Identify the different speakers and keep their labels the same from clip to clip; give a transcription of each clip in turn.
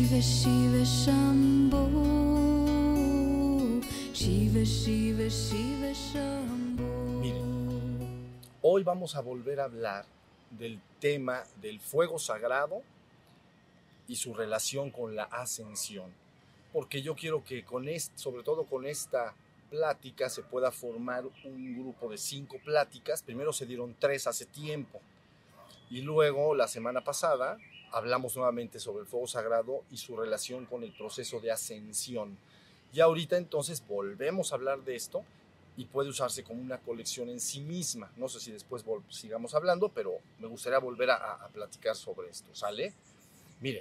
Speaker 1: Shiva Shiva Shambho, Shiva Shiva Shiva Shambho.
Speaker 2: Miren, hoy vamos a volver a hablar del tema del fuego sagrado y su relación con la ascensión, porque yo quiero que sobre todo con esta plática se pueda formar un grupo de 5 pláticas. Primero se dieron 3 hace tiempo y luego la semana pasada hablamos nuevamente sobre el fuego sagrado y su relación con el proceso de ascensión. Y ahorita entonces volvemos a hablar de esto y puede usarse como una colección en sí misma. No sé si después sigamos hablando, pero me gustaría volver a platicar sobre esto, ¿sale? Miren,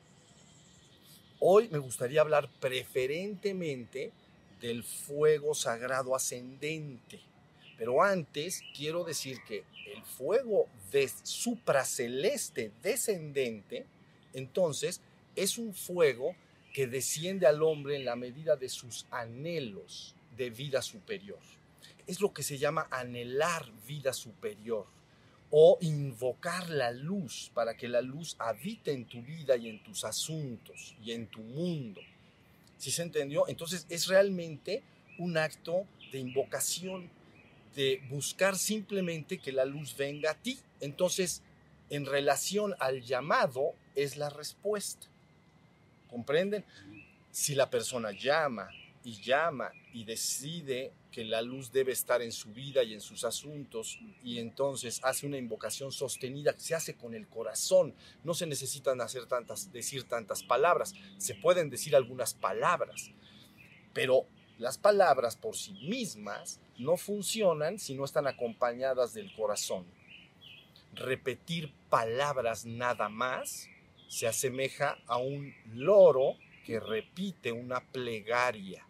Speaker 2: hoy me gustaría hablar preferentemente del fuego sagrado ascendente. Pero antes quiero decir que el fuego supraceleste descendente, entonces, es un fuego que desciende al hombre en la medida de sus anhelos de vida superior. Es lo que se llama anhelar vida superior o invocar la luz para que la luz habite en tu vida y en tus asuntos y en tu mundo. ¿Sí se entendió? Entonces es realmente un acto de invocación, de buscar simplemente que la luz venga a ti. Entonces, en relación al llamado es la respuesta. ¿Comprenden? Si la persona llama y decide que la luz debe estar en su vida y en sus asuntos, y entonces hace una invocación sostenida que se hace con el corazón, no se necesitan decir tantas palabras, se pueden decir algunas palabras, pero las palabras por sí mismas no funcionan si no están acompañadas del corazón. Repetir palabras nada más se asemeja a un loro que repite una plegaria.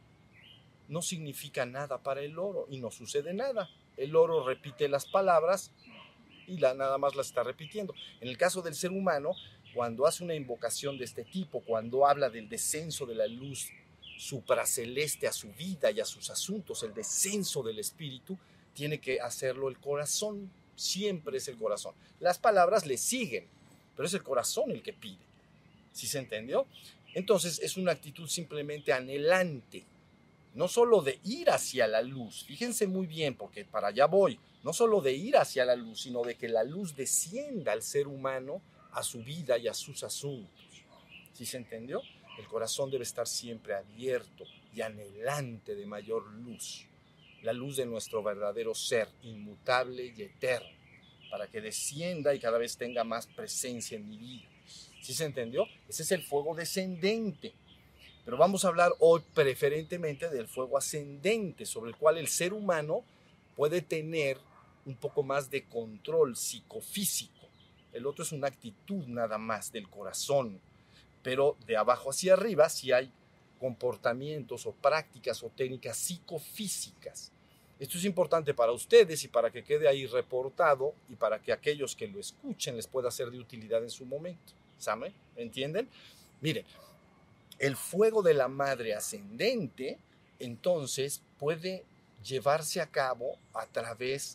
Speaker 2: No significa nada para el loro y no sucede nada. El loro repite las palabras y nada más las está repitiendo. En el caso del ser humano, cuando hace una invocación de este tipo, cuando habla del descenso de la luz supraceleste a su vida y a sus asuntos, el descenso del espíritu, tiene que hacerlo el corazón. Siempre es el corazón. Las palabras le siguen, pero es el corazón el que pide. ¿Sí se entendió? Entonces es una actitud simplemente anhelante, no solo de ir hacia la luz. Fíjense muy bien, porque para allá voy. No solo de ir hacia la luz, sino de que la luz descienda al ser humano, a su vida y a sus asuntos. ¿Sí se entendió? El corazón debe estar siempre abierto y anhelante de mayor luz. La luz de nuestro verdadero ser, inmutable y eterno, para que descienda y cada vez tenga más presencia en mi vida. ¿Sí se entendió? Ese es el fuego descendente. Pero vamos a hablar hoy preferentemente del fuego ascendente, sobre el cual el ser humano puede tener un poco más de control psicofísico. El otro es una actitud nada más del corazón, pero de abajo hacia arriba sí hay comportamientos o prácticas o técnicas psicofísicas. Esto es importante para ustedes y para que quede ahí reportado y para que aquellos que lo escuchen les pueda ser de utilidad en su momento. ¿Saben? ¿Entienden? Miren, el fuego de la madre ascendente, entonces, puede llevarse a cabo a través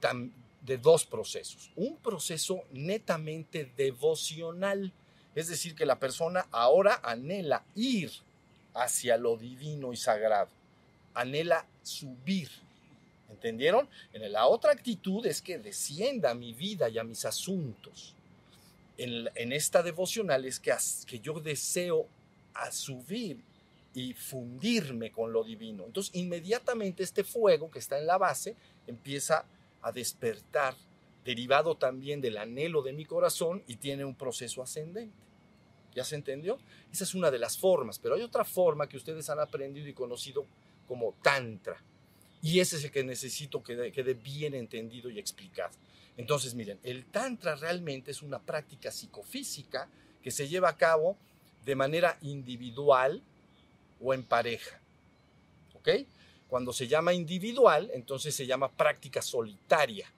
Speaker 2: de 2 procesos. Un proceso netamente devocional, es decir, que la persona ahora anhela ir hacia lo divino y sagrado, anhela subir. ¿Entendieron? La otra actitud es que descienda a mi vida y a mis asuntos. En esta devocional es que yo deseo a subir y fundirme con lo divino. Entonces, inmediatamente este fuego que está en la base empieza a despertar, derivado también del anhelo de mi corazón, y tiene un proceso ascendente. ¿Ya se entendió? Esa es una de las formas, pero hay otra forma que ustedes han aprendido y conocido como Tantra. Y ese es el que necesito que quede bien entendido y explicado. Entonces, miren, el Tantra realmente es una práctica psicofísica que se lleva a cabo de manera individual o en pareja. ¿Ok? Cuando se llama individual, entonces se llama práctica solitaria.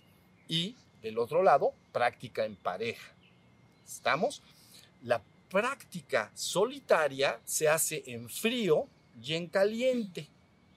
Speaker 2: Y, del otro lado, práctica en pareja. ¿Estamos? La práctica solitaria se hace en frío y en caliente.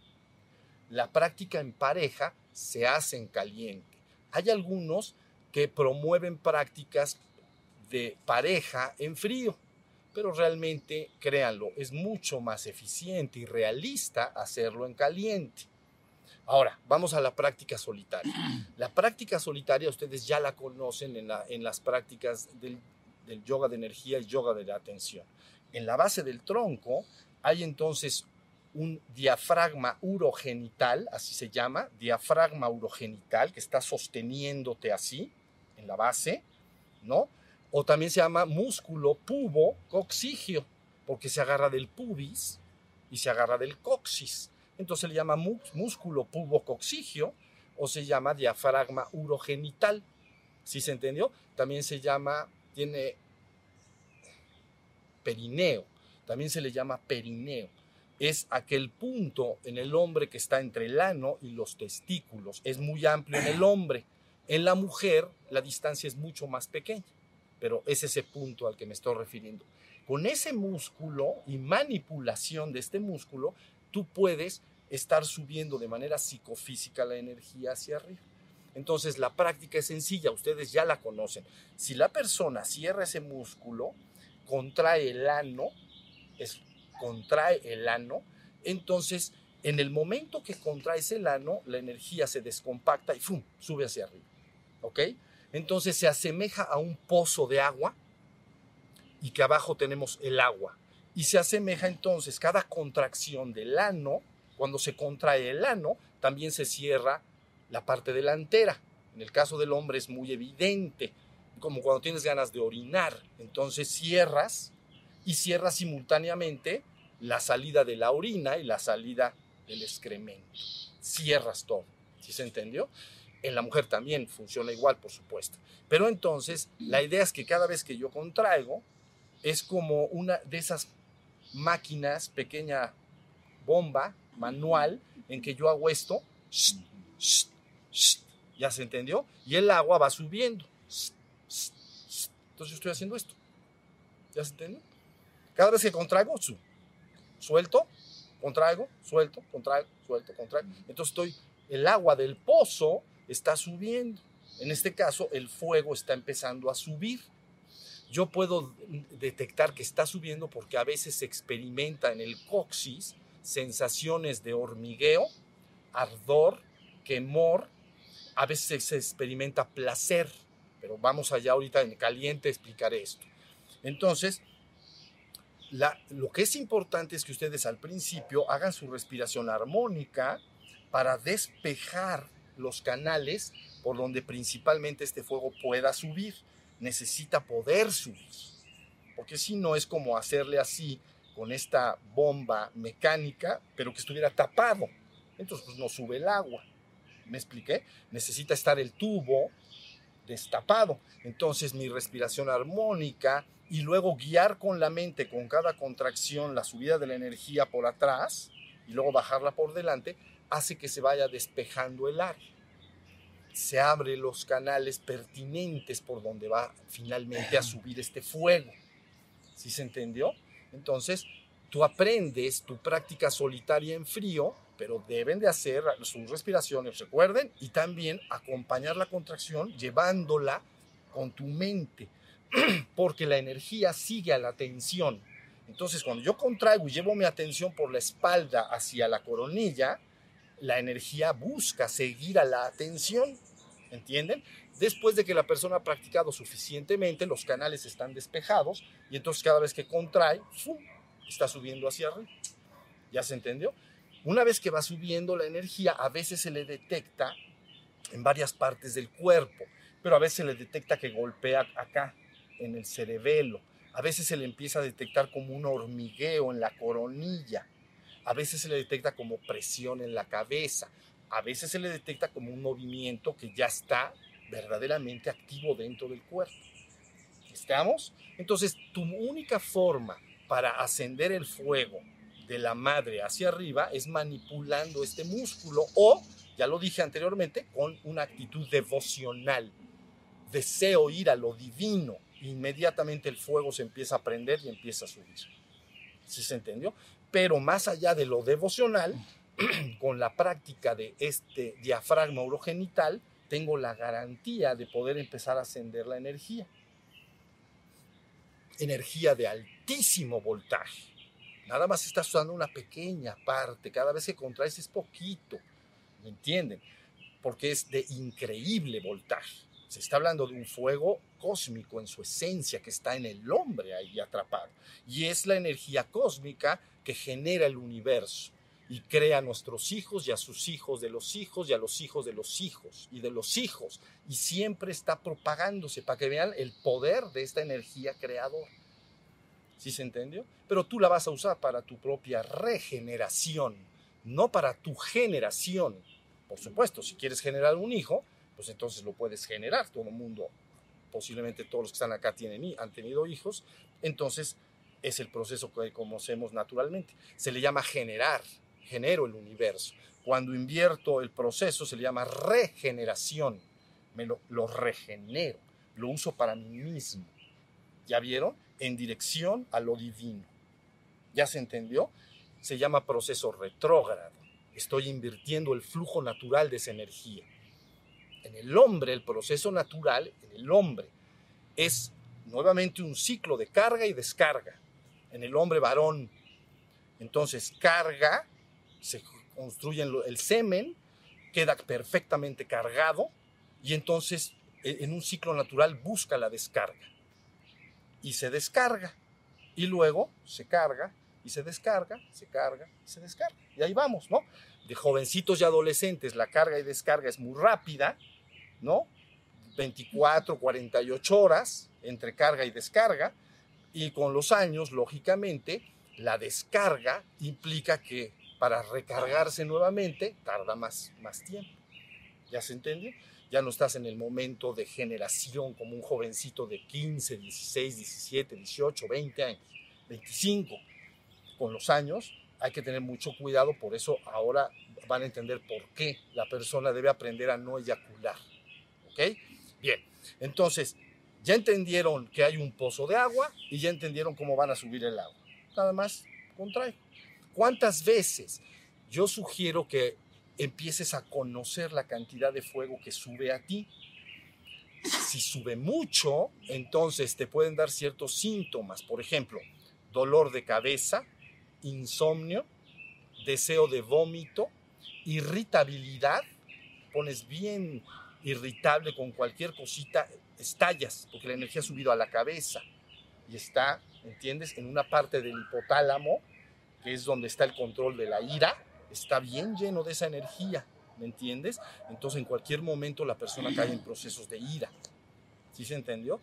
Speaker 2: La práctica en pareja se hace en caliente. Hay algunos que promueven prácticas de pareja en frío, pero realmente, créanlo, es mucho más eficiente y realista hacerlo en caliente. Ahora, vamos a la práctica solitaria. La práctica solitaria ustedes ya la conocen en las prácticas del yoga de energía y yoga de la atención. En la base del tronco hay entonces un diafragma urogenital, así se llama, diafragma urogenital, que está sosteniéndote así, en la base, ¿no? O también se llama músculo pubococcígeo, porque se agarra del pubis y se agarra del coxis. Entonces se le llama músculo pubococcígeo o se llama diafragma urogenital. ¿Sí se entendió? También se llama, tiene perineo, también se le llama perineo. Es aquel punto en el hombre que está entre el ano y los testículos. Es muy amplio en el hombre. En la mujer la distancia es mucho más pequeña, pero es ese punto al que me estoy refiriendo. Con ese músculo y manipulación de este músculo, tú puedes estar subiendo de manera psicofísica la energía hacia arriba. Entonces la práctica es sencilla, ustedes ya la conocen. Si la persona cierra ese músculo, contrae el ano, entonces en el momento que contraes el ano, la energía se descompacta y ¡fum!, sube hacia arriba. ¿Ok? Entonces se asemeja a un pozo de agua y que abajo tenemos el agua. Y se asemeja entonces cada contracción del ano, cuando se contrae el ano, también se cierra la parte delantera. En el caso del hombre es muy evidente, como cuando tienes ganas de orinar. Entonces cierras y cierras simultáneamente la salida de la orina y la salida del excremento. Cierras todo. ¿Sí se entendió? En la mujer también funciona igual, por supuesto. Pero entonces la idea es que cada vez que yo contraigo, es como una de esas máquinas, pequeña bomba manual, en que yo hago esto, ¿ya se entendió? Y el agua va subiendo. Entonces yo estoy haciendo esto. ¿Ya se entendió? Cada vez que contraigo, suelto, contraigo, suelto, contraigo, suelto, contraigo. Entonces el agua del pozo está subiendo. En este caso, el fuego está empezando a subir. Yo puedo detectar que está subiendo porque a veces se experimenta en el coxis sensaciones de hormigueo, ardor, quemor, a veces se experimenta placer, pero vamos allá ahorita en caliente explicaré esto. Entonces, lo que es importante es que ustedes al principio hagan su respiración armónica para despejar los canales por donde principalmente este fuego pueda subir. Necesita poder subir, porque si no es como hacerle así con esta bomba mecánica, pero que estuviera tapado. Entonces pues no sube el agua. ¿Me expliqué? Necesita estar el tubo destapado. Entonces mi respiración armónica y luego guiar con la mente, con cada contracción, la subida de la energía por atrás y luego bajarla por delante, hace que se vaya despejando el área. Se abren los canales pertinentes por donde va finalmente a subir este fuego. ¿Sí se entendió? Entonces, tú aprendes tu práctica solitaria en frío, pero deben de hacer sus respiraciones, recuerden, y también acompañar la contracción llevándola con tu mente, porque la energía sigue a la tensión. Entonces, cuando yo contraigo y llevo mi atención por la espalda hacia la coronilla, la energía busca seguir a la atención, ¿entienden? Después de que la persona ha practicado suficientemente, los canales están despejados y entonces cada vez que contrae, ¡fum!, está subiendo hacia arriba. ¿Ya se entendió? Una vez que va subiendo la energía, a veces se le detecta en varias partes del cuerpo, pero a veces se le detecta que golpea acá, en el cerebelo. A veces se le empieza a detectar como un hormigueo en la coronilla. A veces se le detecta como presión en la cabeza. A veces se le detecta como un movimiento que ya está verdaderamente activo dentro del cuerpo. ¿Estamos? Entonces, tu única forma para ascender el fuego de la madre hacia arriba es manipulando este músculo o, ya lo dije anteriormente, con una actitud devocional. Deseo ir a lo divino. Inmediatamente el fuego se empieza a prender y empieza a subir. ¿Sí se entendió? Pero más allá de lo devocional, con la práctica de este diafragma urogenital, tengo la garantía de poder empezar a ascender la energía. Energía de altísimo altísimo voltaje. Nada más estás usando una pequeña parte, cada vez que contraes es poquito, ¿me entienden? Porque es de increíble voltaje. Se está hablando de un fuego cósmico en su esencia que está en el hombre ahí atrapado. Y es la energía cósmica que genera el universo y crea a nuestros hijos y a sus hijos de los hijos y a los hijos de los hijos y de los hijos. Y siempre está propagándose para que vean el poder de esta energía creadora. ¿Sí se entendió? Pero tú la vas a usar para tu propia regeneración, no para tu generación. Por supuesto, si quieres generar un hijo, pues entonces lo puedes generar. Todo el mundo, posiblemente todos los que están acá han tenido hijos. Entonces es el proceso que conocemos naturalmente. Se le llama generar, genero el universo. Cuando invierto el proceso se le llama regeneración. Lo regenero, lo uso para mí mismo. ¿Ya vieron? En dirección a lo divino. ¿Ya se entendió? Se llama proceso retrógrado. Estoy invirtiendo el flujo natural de esa energía. En el hombre, el proceso natural, en el hombre, es nuevamente un ciclo de carga y descarga. En el hombre varón, entonces carga, se construye el semen, queda perfectamente cargado y entonces en un ciclo natural busca la descarga. Y se descarga, y luego se carga, y se descarga, se carga, y se descarga. Y ahí vamos, ¿no? De jovencitos y adolescentes la carga y descarga es muy rápida, ¿no? 24, 48 horas entre carga y descarga, y con los años, lógicamente, la descarga implica que para recargarse nuevamente tarda más tiempo. ¿Ya se entendió? Ya no estás en el momento de generación como un jovencito de 15, 16, 17, 18, 20 años, 25. Con los años hay que tener mucho cuidado, por eso ahora van a entender por qué la persona debe aprender a no eyacular. ¿Ok? Bien, entonces ya entendieron que hay un pozo de agua y ya entendieron cómo van a subir el agua. Nada más contrae. ¿Cuántas veces? Yo sugiero que empieces a conocer la cantidad de fuego que sube a ti. Si sube mucho, entonces te pueden dar ciertos síntomas. Por ejemplo, dolor de cabeza, insomnio, deseo de vómito, irritabilidad. Pones bien irritable con cualquier cosita, estallas, porque la energía ha subido a la cabeza y está, ¿entiendes?, en una parte del hipotálamo, que es donde está el control de la ira. Está bien lleno de esa energía, ¿me entiendes? Entonces en cualquier momento la persona cae en procesos de ira. ¿Sí se entendió?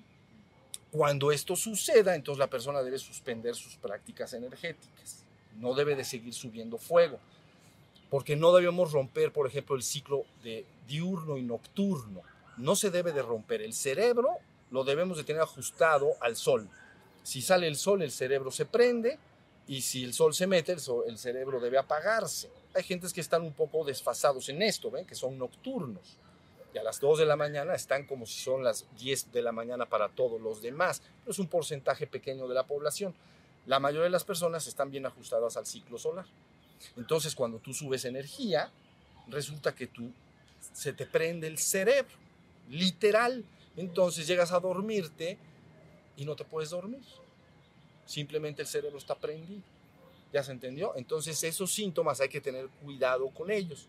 Speaker 2: Cuando esto suceda, entonces la persona debe suspender sus prácticas energéticas. No debe de seguir subiendo fuego, porque no debemos romper, por ejemplo, el ciclo de diurno y nocturno. No se debe de romper. El cerebro lo debemos de tener ajustado al sol. Si sale el sol, el cerebro se prende, y si el sol se mete, el cerebro debe apagarse. Hay gentes que están un poco desfasados en esto, ¿ven? Que son nocturnos. Y a las 2 de la mañana están como si son las 10 de la mañana para todos los demás. Pero es un porcentaje pequeño de la población. La mayoría de las personas están bien ajustadas al ciclo solar. Entonces, cuando tú subes energía, resulta que se te prende el cerebro, literal. Entonces llegas a dormirte y no te puedes dormir. Simplemente el cerebro está prendido. ¿Ya se entendió? Entonces esos síntomas hay que tener cuidado con ellos.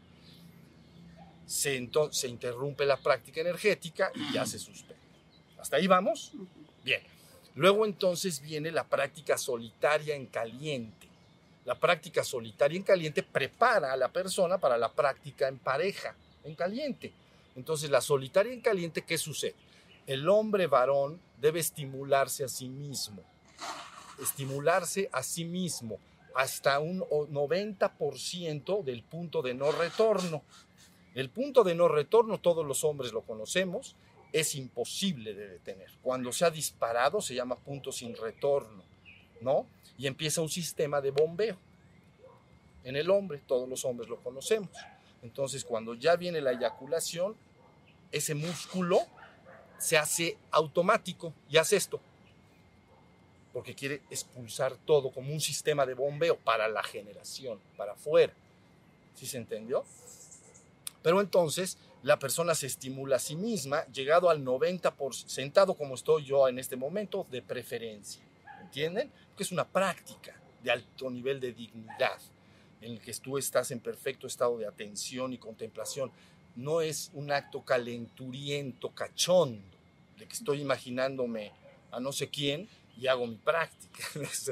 Speaker 2: Se interrumpe la práctica energética y ya se suspende. ¿Hasta ahí vamos? Bien. Luego entonces viene la práctica solitaria en caliente. La práctica solitaria en caliente prepara a la persona para la práctica en pareja, en caliente. Entonces la solitaria en caliente, ¿qué sucede? El hombre varón debe estimularse a sí mismo. Estimularse a sí mismo hasta un 90% del punto de no retorno. El punto de no retorno, todos los hombres lo conocemos, es imposible de detener. Cuando se ha disparado se llama punto sin retorno, ¿no? Y empieza un sistema de bombeo. En el hombre, todos los hombres lo conocemos. Entonces, cuando ya viene la eyaculación, ese músculo se hace automático y hace esto, porque quiere expulsar todo como un sistema de bombeo para la generación, para afuera. ¿Sí se entendió? Pero entonces la persona se estimula a sí misma, llegado al 90%, sentado como estoy yo en este momento, de preferencia. ¿entienden? Que es una práctica de alto nivel de dignidad, en el que tú estás en perfecto estado de atención y contemplación. No es un acto calenturiento, cachondo, de que estoy imaginándome a no sé quién y hago mi práctica.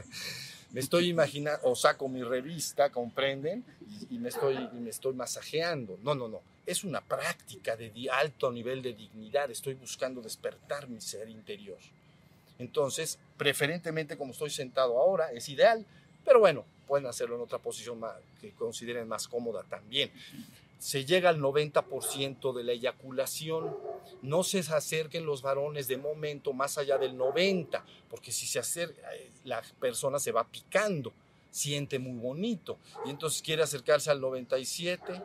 Speaker 2: Me estoy imaginando, o saco mi revista, ¿comprenden? Y me estoy masajeando. No, no, no. Es una práctica de alto nivel de dignidad. Estoy buscando despertar mi ser interior. Entonces, preferentemente como estoy sentado ahora, es ideal, pero bueno, pueden hacerlo en otra posición que consideren más cómoda también. Se llega al 90% de la eyaculación. No se acerquen los varones de momento más allá del 90%, porque si se acerca, la persona se va picando, siente muy bonito, y entonces quiere acercarse al 97,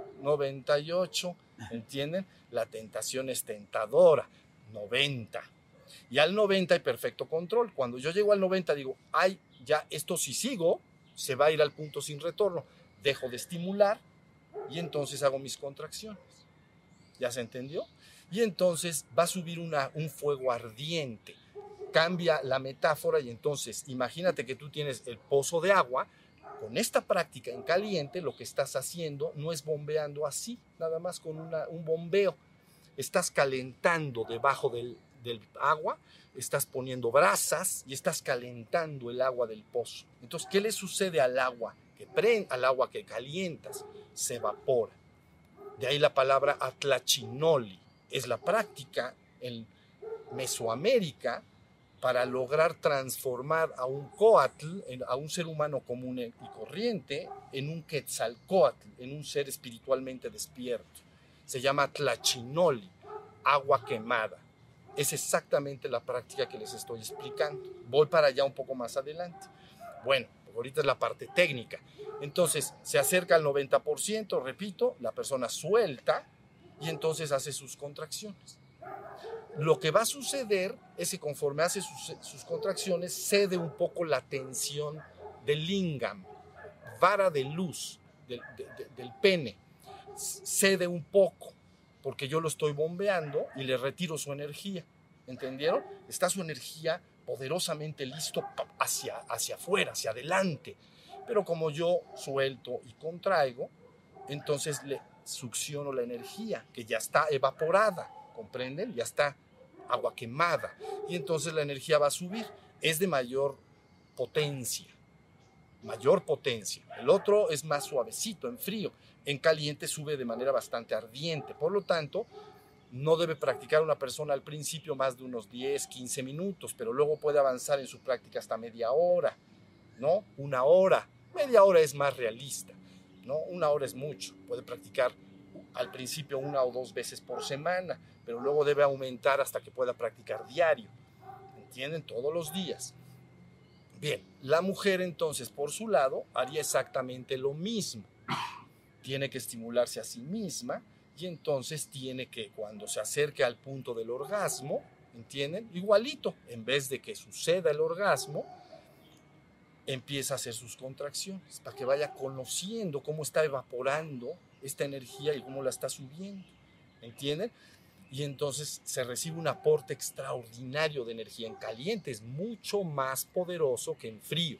Speaker 2: 98, ¿entienden? La tentación es tentadora, 90. Y al 90 hay perfecto control. Cuando yo llego al 90 digo, ay, ya esto si sigo, se va a ir al punto sin retorno. Dejo de estimular y entonces hago mis contracciones. ¿Ya se entendió? Y entonces va a subir un fuego ardiente. Cambia la metáfora y entonces imagínate que tú tienes el pozo de agua. Con esta práctica en caliente lo que estás haciendo no es bombeando así, nada más con un bombeo. Estás calentando debajo del agua, estás poniendo brasas y estás calentando el agua del pozo. Entonces, ¿qué le sucede al agua que calientas? Se evapora. De ahí la palabra atlachinoli. Es la práctica en Mesoamérica para lograr transformar a un coatl, a un ser humano común y corriente, en un quetzalcóatl, en un ser espiritualmente despierto. Se llama atlachinoli, agua quemada. Es exactamente la práctica que les estoy explicando. Voy para allá un poco más adelante. Bueno, ahorita es la parte técnica. Entonces, se acerca al 90%, repito, la persona suelta y entonces hace sus contracciones. Lo que va a suceder es que conforme hace sus contracciones, cede un poco la tensión del lingam, vara de luz, del pene. Cede un poco, porque yo lo estoy bombeando y le retiro su energía. ¿Entendieron? Está su energía poderosamente listo hacia afuera, hacia adelante. Pero como yo suelto y contraigo, entonces le succiono la energía, que ya está evaporada, ¿comprenden? Ya está agua quemada. Y entonces la energía va a subir. Es de mayor potencia. Mayor potencia. El otro es más suavecito, en frío. En caliente sube de manera bastante ardiente. Por lo tanto, no debe practicar una persona al principio más de unos 10, 15 minutos, pero luego puede avanzar en su práctica hasta media hora, ¿no? Una hora. Media hora es más realista, ¿no? Una hora es mucho. Puede practicar al principio 1 o 2 veces por semana, pero luego debe aumentar hasta que pueda practicar diario. ¿Entienden? Todos los días. Bien, la mujer entonces por su lado haría exactamente lo mismo. Tiene que estimularse a sí misma y entonces tiene que, cuando se acerque al punto del orgasmo, ¿entienden? Igualito, en vez de que suceda el orgasmo, empieza a hacer sus contracciones para que vaya conociendo cómo está evaporando esta energía y cómo la está subiendo, ¿entienden? Y entonces se recibe un aporte extraordinario de energía. En caliente es mucho más poderoso que en frío.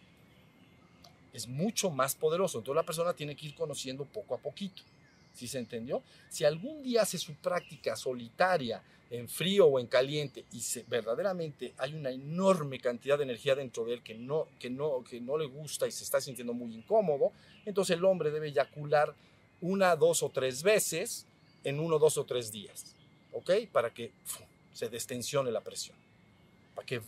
Speaker 2: Es mucho más poderoso. Entonces la persona tiene que ir conociendo poco a poquito. ¿Sí se entendió? Si algún día hace su práctica solitaria en frío o en caliente y verdaderamente hay una enorme cantidad de energía dentro de él que no le gusta y se está sintiendo muy incómodo, entonces el hombre debe eyacular 1, 2 o 3 veces en 1, 2 o 3 días. ¿Ok? Para que se destensione la presión, para que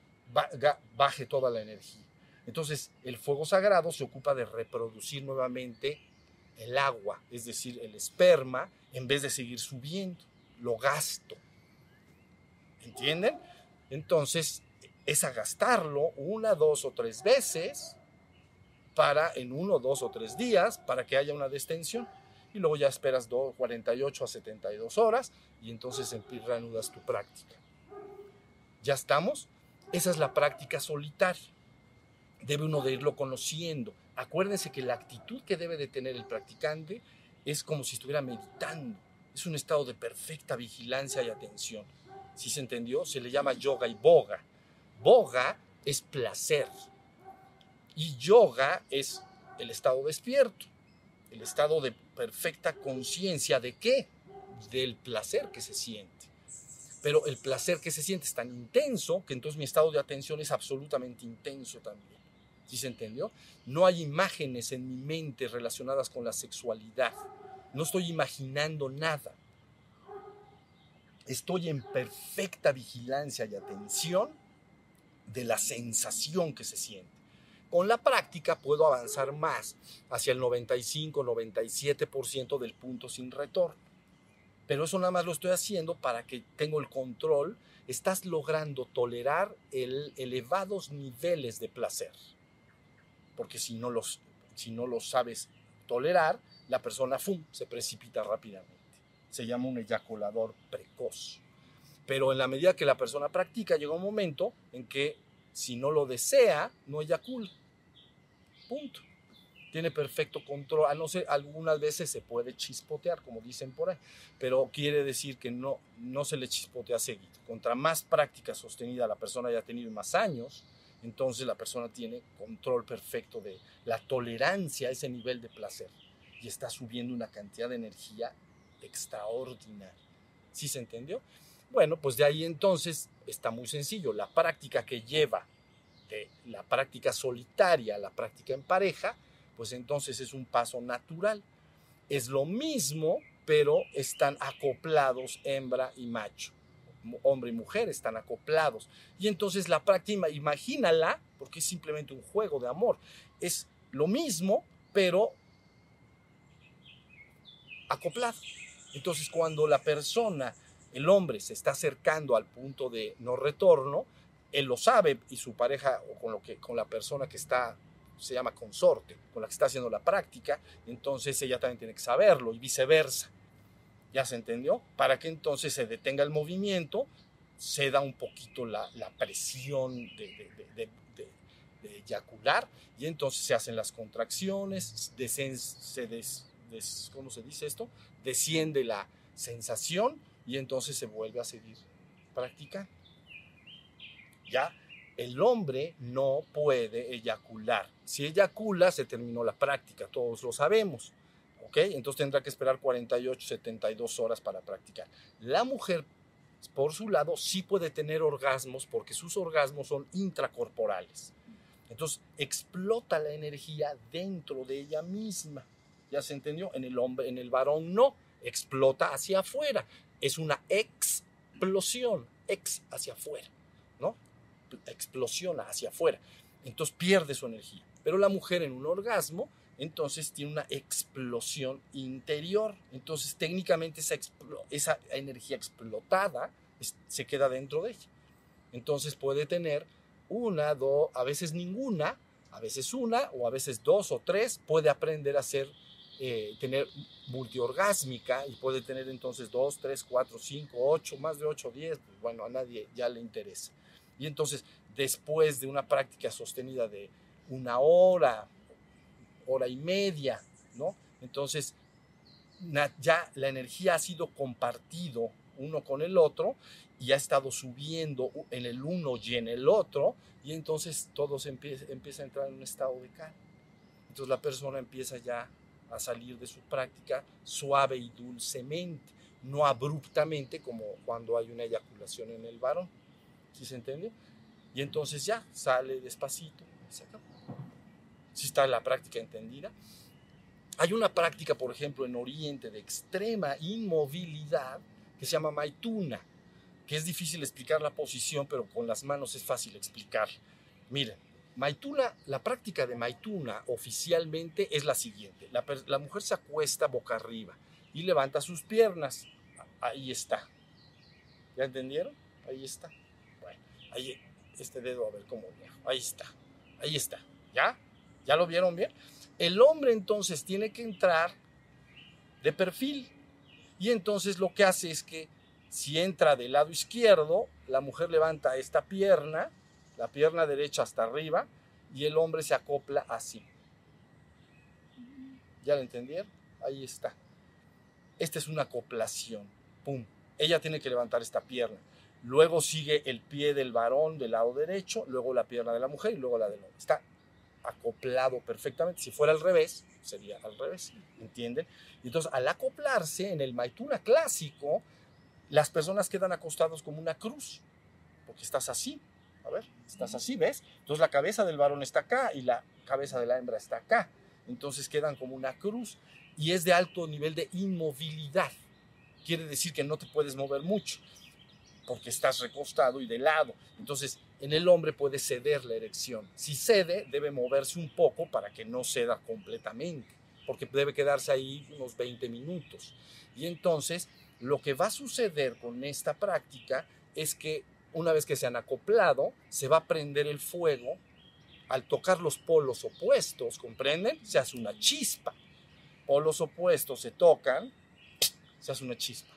Speaker 2: baje toda la energía. Entonces, el fuego sagrado se ocupa de reproducir nuevamente el agua, es decir, el esperma, en vez de seguir subiendo, lo gasto. ¿Entienden? Entonces, es a gastarlo 1, 2 o 3 veces para en 1, 2 o 3 días para que haya una destensión. Y luego ya esperas 48 a 72 horas y entonces reanudas tu práctica. ¿Ya estamos? Esa es la práctica solitaria. Debe uno de irlo conociendo. Acuérdense que la actitud que debe de tener el practicante es como si estuviera meditando. Es un estado de perfecta vigilancia y atención. ¿Sí se entendió? Se le llama yoga y boga. Boga es placer. Y yoga es el estado despierto, el estado de perfecta conciencia ¿de qué? Del placer que se siente. Pero el placer que se siente es tan intenso que entonces mi estado de atención es absolutamente intenso también. ¿Sí se entendió? No hay imágenes en mi mente relacionadas con la sexualidad. No estoy imaginando nada. Estoy en perfecta vigilancia y atención de la sensación que se siente. Con la práctica puedo avanzar más hacia el 95-97% del punto sin retorno. Pero eso nada más lo estoy haciendo para que tenga el control. Estás logrando tolerar elevados niveles de placer. Porque si no los sabes tolerar, la persona se precipita rápidamente. Se llama un eyaculador precoz. Pero en la medida que la persona practica, llega un momento en que si no lo desea, no eyacula. Punto. Tiene perfecto control, a no ser, algunas veces se puede chispotear, como dicen por ahí, pero quiere decir que no se le chispotea seguido. Contra más práctica sostenida la persona haya tenido más años, entonces la persona tiene control perfecto de la tolerancia a ese nivel de placer y está subiendo una cantidad de energía extraordinaria. ¿Sí se entendió? Bueno, pues de ahí entonces está muy sencillo. La práctica que lleva de la práctica solitaria a la práctica en pareja, pues entonces es un paso natural. Es lo mismo, pero están acoplados hembra y macho. Hombre y mujer están acoplados. Y entonces la práctica, imagínala, porque es simplemente un juego de amor. Es lo mismo, pero acoplado. Entonces cuando la persona, el hombre, se está acercando al punto de no retorno, él lo sabe y su pareja o con la persona que está, se llama consorte, con la que está haciendo la práctica, entonces ella también tiene que saberlo y viceversa. ¿Ya se entendió? Para que entonces se detenga el movimiento, se da un poquito la presión de eyacular y entonces se hacen las contracciones, ¿cómo se dice esto? Desciende la sensación y entonces se vuelve a seguir practicando. Ya el hombre no puede eyacular. Si eyacula, se terminó la práctica, todos lo sabemos. ¿Ok? Entonces tendrá que esperar 48, 72 horas para practicar. La mujer, por su lado, sí puede tener orgasmos porque sus orgasmos son intracorporales. Entonces explota la energía dentro de ella misma. ¿Ya se entendió? En el hombre, en el varón no, explota hacia afuera. Es una explosión, hacia afuera, ¿no? Explosiona hacia afuera. Entonces pierde su energía. Pero la mujer en un orgasmo, entonces tiene una explosión interior. Entonces técnicamente esa energía explotada se queda dentro de ella. Entonces puede tener una, dos, a veces ninguna, a veces una o a veces dos o tres. Puede aprender a tener multiorgásmica y puede tener entonces 2, 3, 4, 5, 8, más de 8, 10, pues bueno, a nadie ya le interesa. Y entonces, después de una práctica sostenida de una hora, hora y media, ¿no? Entonces, ya la energía ha sido compartido uno con el otro y ha estado subiendo en el uno y en el otro, y entonces todo empieza a entrar en un estado de calma. Entonces la persona empieza ya a salir de su práctica suave y dulcemente, no abruptamente como cuando hay una eyaculación en el varón. ¿Sí se entiende? Y entonces ya sale despacito y se acabó. ¿Sí está la práctica entendida? Hay una práctica, por ejemplo, en Oriente de extrema inmovilidad que se llama Maituna, que es difícil explicar la posición, pero con las manos es fácil explicar. Miren, Maituna, la práctica de Maituna oficialmente es la siguiente. La mujer se acuesta boca arriba y levanta sus piernas. Ahí está. ¿Ya entendieron? Ahí está. Bueno, ahí, este dedo, a ver cómo viejo. Ahí está. Ahí está. ¿Ya? ¿Ya lo vieron bien? El hombre entonces tiene que entrar de perfil. Y entonces lo que hace es que si entra del lado izquierdo, la mujer levanta esta pierna, la pierna derecha hasta arriba, y el hombre se acopla así. ¿Ya lo entendieron? Ahí está. Esta es una acoplación. ¡Pum! Ella tiene que levantar esta pierna. luego sigue el pie del varón del lado derecho, luego la pierna de la mujer y luego la del hombre. Está acoplado perfectamente. Si fuera al revés, sería al revés, ¿entienden? Y entonces, al acoplarse en el Maituna clásico, las personas quedan acostados como una cruz, porque estás así. A ver, estás así, ¿ves? Entonces la cabeza del varón está acá y la cabeza de la hembra está acá. Entonces quedan como una cruz y es de alto nivel de inmovilidad. Quiere decir que no te puedes mover mucho porque estás recostado y de lado. Entonces, en el hombre puede ceder la erección. Si cede, debe moverse un poco para que no ceda completamente, porque debe quedarse ahí unos 20 minutos. Y entonces, lo que va a suceder con esta práctica es que una vez que se han acoplado, se va a prender el fuego. Al tocar los polos opuestos, ¿comprenden? Se hace una chispa. Polos opuestos se tocan, se hace una chispa.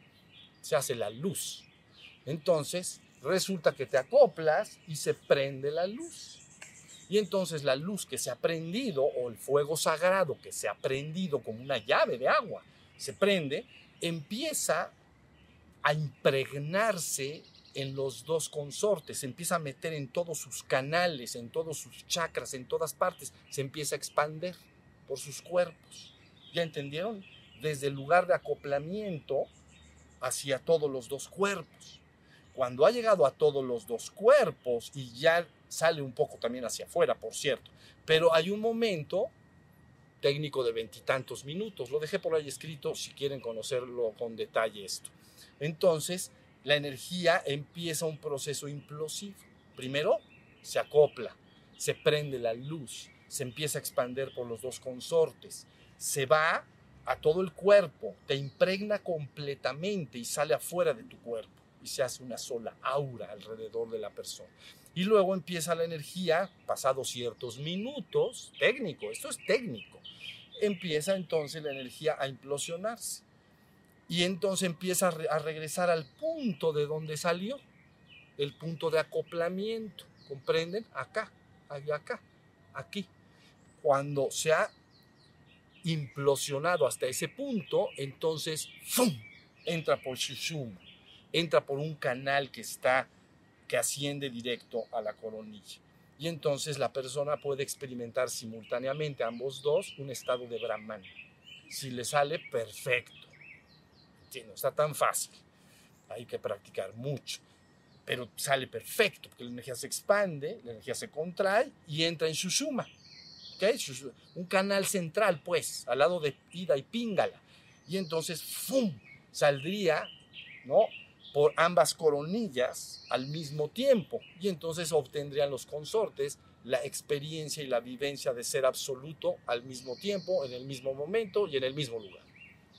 Speaker 2: Se hace la luz. Entonces, resulta que te acoplas y se prende la luz. Y entonces la luz que se ha prendido, o el fuego sagrado que se ha prendido como una llave de agua, se prende, empieza a impregnarse en los dos consortes, se empieza a meter en todos sus canales, en todos sus chakras, en todas partes, se empieza a expandir por sus cuerpos. ¿Ya entendieron? Desde el lugar de acoplamiento hacia todos los dos cuerpos. Cuando ha llegado a todos los dos cuerpos y ya sale un poco también hacia afuera, por cierto, pero hay un momento técnico de 20 y tantos minutos, lo dejé por ahí escrito si quieren conocerlo con detalle esto. Entonces, la energía empieza un proceso implosivo. Primero, se acopla, se prende la luz, se empieza a expandir por los dos consortes, se va a todo el cuerpo, te impregna completamente y sale afuera de tu cuerpo y se hace una sola aura alrededor de la persona. Y luego empieza la energía, pasados ciertos minutos, técnico, esto es técnico, empieza entonces la energía a implosionarse. Y entonces empieza a regresar al punto de donde salió, el punto de acoplamiento, ¿comprenden? Acá, acá, aquí. Cuando se ha implosionado hasta ese punto, entonces ¡fum!, entra por Shushuma, entra por un canal que asciende directo a la coronilla. Y entonces la persona puede experimentar simultáneamente ambos dos un estado de Brahman. Si le sale, perfecto. No está tan fácil, hay que practicar mucho, pero sale perfecto, porque la energía se expande, la energía se contrae y entra en Sushuma, ¿okay? Un canal central, pues, al lado de Ida y Pingala, y entonces, ¡fum!, saldría, ¿no?, por ambas coronillas al mismo tiempo, y entonces obtendrían los consortes la experiencia y la vivencia de ser absoluto al mismo tiempo, en el mismo momento y en el mismo lugar.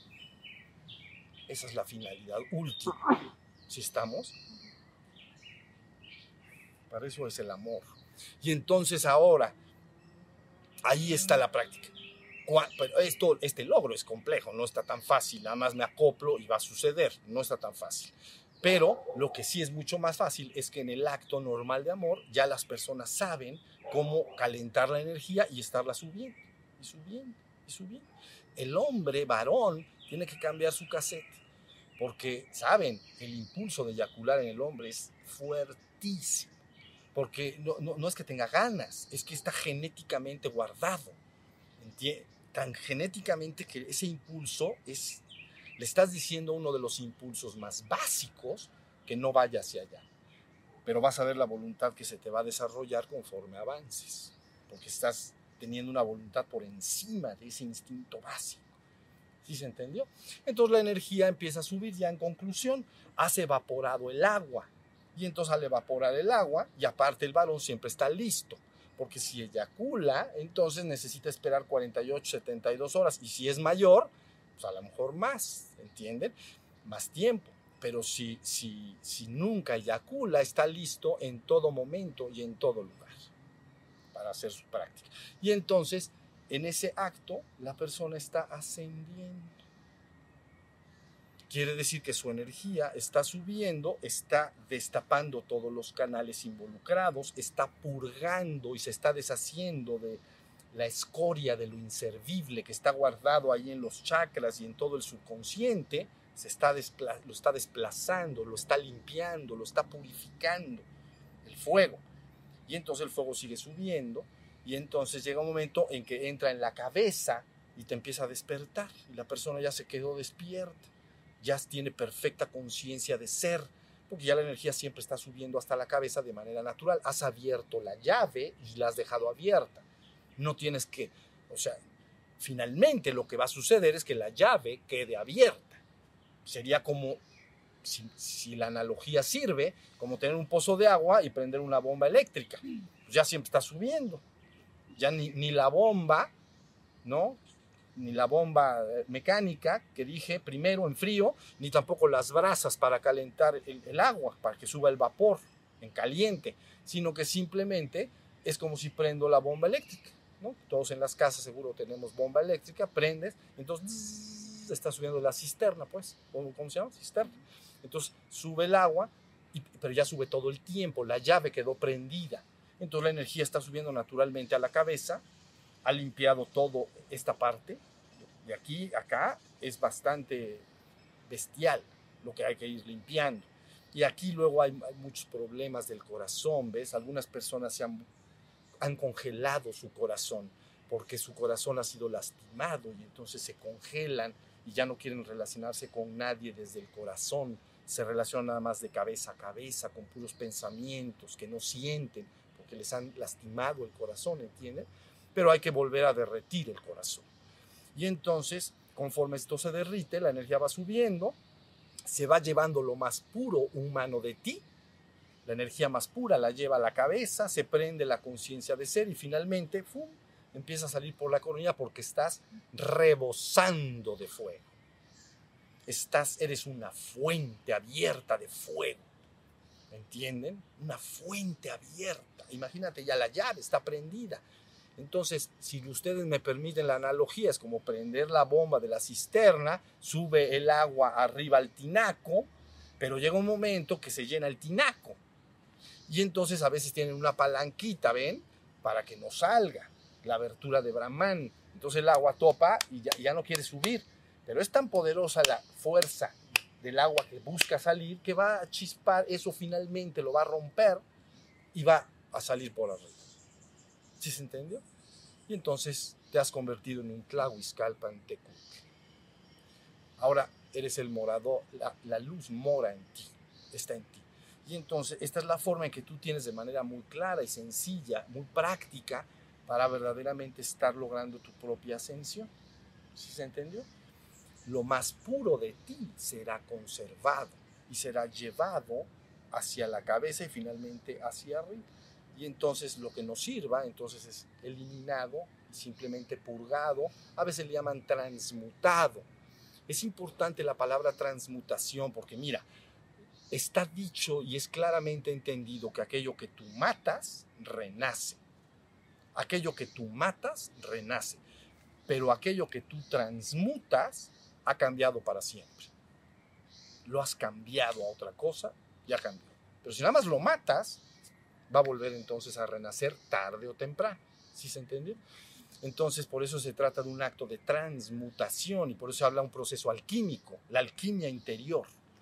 Speaker 2: Esa es la finalidad última. ¿Sí estamos? Para eso es el amor. Y entonces ahora, ahí está la práctica. Pero este logro es complejo, no está tan fácil, nada más me acoplo y va a suceder, no está tan fácil. Pero lo que sí es mucho más fácil es que en el acto normal de amor ya las personas saben cómo calentar la energía y estarla subiendo, y subiendo, y subiendo. El hombre, varón, tiene que cambiar su cassette. Porque, ¿saben? El impulso de eyacular en el hombre es fuertísimo. Porque no es que tenga ganas, es que está genéticamente guardado. Tan genéticamente que ese impulso le estás diciendo uno de los impulsos más básicos que no vaya hacia allá. Pero vas a ver la voluntad que se te va a desarrollar conforme avances. Porque estás teniendo una voluntad por encima de ese instinto básico. ¿Sí se entendió? Entonces la energía empieza a subir, ya en conclusión, has evaporado el agua. Y entonces al evaporar el agua, y aparte el varón siempre está listo, porque si eyacula, entonces necesita esperar 48, 72 horas, y si es mayor, pues a lo mejor más, ¿entienden? Más tiempo. Pero si nunca eyacula, está listo en todo momento y en todo lugar para hacer su práctica. Y entonces, en ese acto, la persona está ascendiendo. Quiere decir que su energía está subiendo, está destapando todos los canales involucrados, está purgando y se está deshaciendo de la escoria de lo inservible que está guardado ahí en los chakras y en todo el subconsciente, lo está desplazando, lo está limpiando, lo está purificando el fuego. Y entonces el fuego sigue subiendo y entonces llega un momento en que entra en la cabeza y te empieza a despertar y la persona ya se quedó despierta, ya tiene perfecta conciencia de ser, porque ya la energía siempre está subiendo hasta la cabeza de manera natural. Has abierto la llave y la has dejado abierta. No tienes que, o sea, finalmente lo que va a suceder es que la llave quede abierta. Sería como, si la analogía sirve, como tener un pozo de agua y prender una bomba eléctrica. Pues ya siempre está subiendo. Ya ni la bomba, ¿no? Ni la bomba mecánica que dije primero en frío, ni tampoco las brasas para calentar el agua, para que suba el vapor en caliente, sino que simplemente es como si prendo la bomba eléctrica, ¿no? Todos en las casas seguro tenemos bomba eléctrica, prendes, entonces está subiendo la cisterna, pues, ¿cómo se llama? Cisterna. Entonces sube el agua, pero ya sube todo el tiempo, la llave quedó prendida, entonces la energía está subiendo naturalmente a la cabeza, ha limpiado toda esta parte, de aquí a acá es bastante bestial lo que hay que ir limpiando. Y aquí luego hay muchos problemas del corazón, ¿ves? Algunas personas han congelado su corazón porque su corazón ha sido lastimado y entonces se congelan y ya no quieren relacionarse con nadie desde el corazón, se relacionan nada más de cabeza a cabeza, con puros pensamientos que no sienten porque les han lastimado el corazón, ¿entienden? Pero hay que volver a derretir el corazón. Y entonces, conforme esto se derrite, la energía va subiendo, se va llevando lo más puro humano de ti, la energía más pura la lleva a la cabeza, se prende la conciencia de ser y finalmente ¡fum!, empieza a salir por la coronilla porque estás rebosando de fuego. Eres una fuente abierta de fuego. ¿Entienden? Una fuente abierta. Imagínate, ya la llave está prendida. Entonces, si ustedes me permiten la analogía, es como prender la bomba de la cisterna, sube el agua arriba al tinaco, pero llega un momento que se llena el tinaco. Y entonces a veces tienen una palanquita, ¿ven? Para que no salga la abertura de Brahman. Entonces el agua topa y ya no quiere subir. Pero es tan poderosa la fuerza del agua que busca salir que va a chispar, eso finalmente lo va a romper y va a salir por arriba. ¿Sí se entendió? Y entonces te has convertido en un Tlahuizcalpan Tecuhtli. Ahora eres el morador, la luz mora en ti, está en ti. Y entonces esta es la forma en que tú tienes de manera muy clara y sencilla, muy práctica, para verdaderamente estar logrando tu propia ascensión. ¿Sí se entendió? Lo más puro de ti será conservado y será llevado hacia la cabeza y finalmente hacia arriba. Y entonces lo que nos sirva, entonces es eliminado y simplemente purgado. A veces le llaman transmutado. Es importante la palabra transmutación porque mira, está dicho y es claramente entendido que aquello que tú matas, renace. Aquello que tú matas, renace. Pero aquello que tú transmutas, ha cambiado para siempre. Lo has cambiado a otra cosa, ya cambió. Pero si nada más lo matas, va a volver entonces a renacer tarde o temprano. ¿Sí se entendió? Entonces, por eso se trata de un acto de transmutación y por eso habla un proceso alquímico, la alquimia interior.